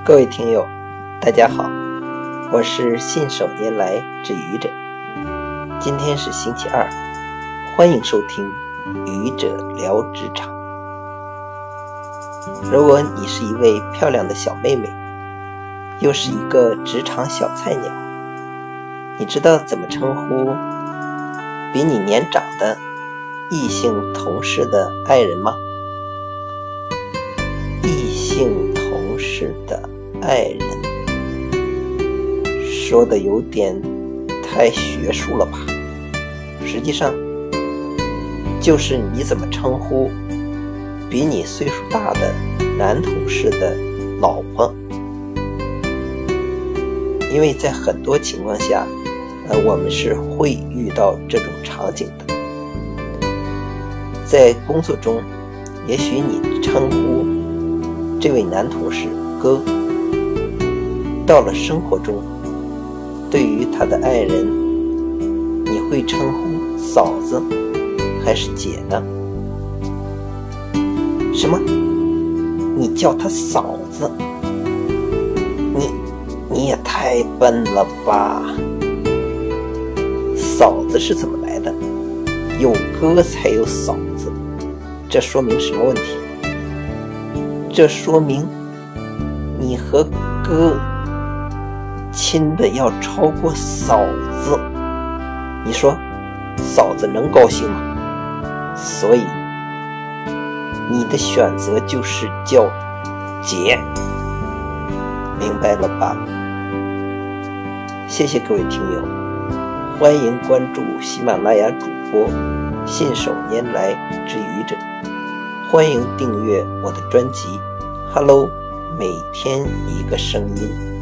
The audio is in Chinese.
各位听友大家好，我是信手拈来之愚者。今天是星期二，欢迎收听愚者聊职场。如果你是一位漂亮的小妹妹，又是一个职场小菜鸟，你知道怎么称呼比你年长的异性同事的爱人吗？异性同事的爱人说的有点太学术了吧，实际上就是你怎么称呼比你岁数大的男同事的老婆。因为在很多情况下我们是会遇到这种场景的。在工作中，也许你称呼这位男同事哥，到了生活中，对于他的爱人，你会称呼嫂子还是姐呢？什么？你叫他嫂子？你也太笨了吧！嫂子是怎么来的？有哥才有嫂子，这说明什么问题？这说明你和哥亲的要超过嫂子，你说嫂子能高兴吗？所以你的选择就是叫姐，明白了吧？谢谢各位听友，欢迎关注喜马拉雅主播信手拈来之愚者，欢迎订阅我的专辑 Hello， 每天一个声音。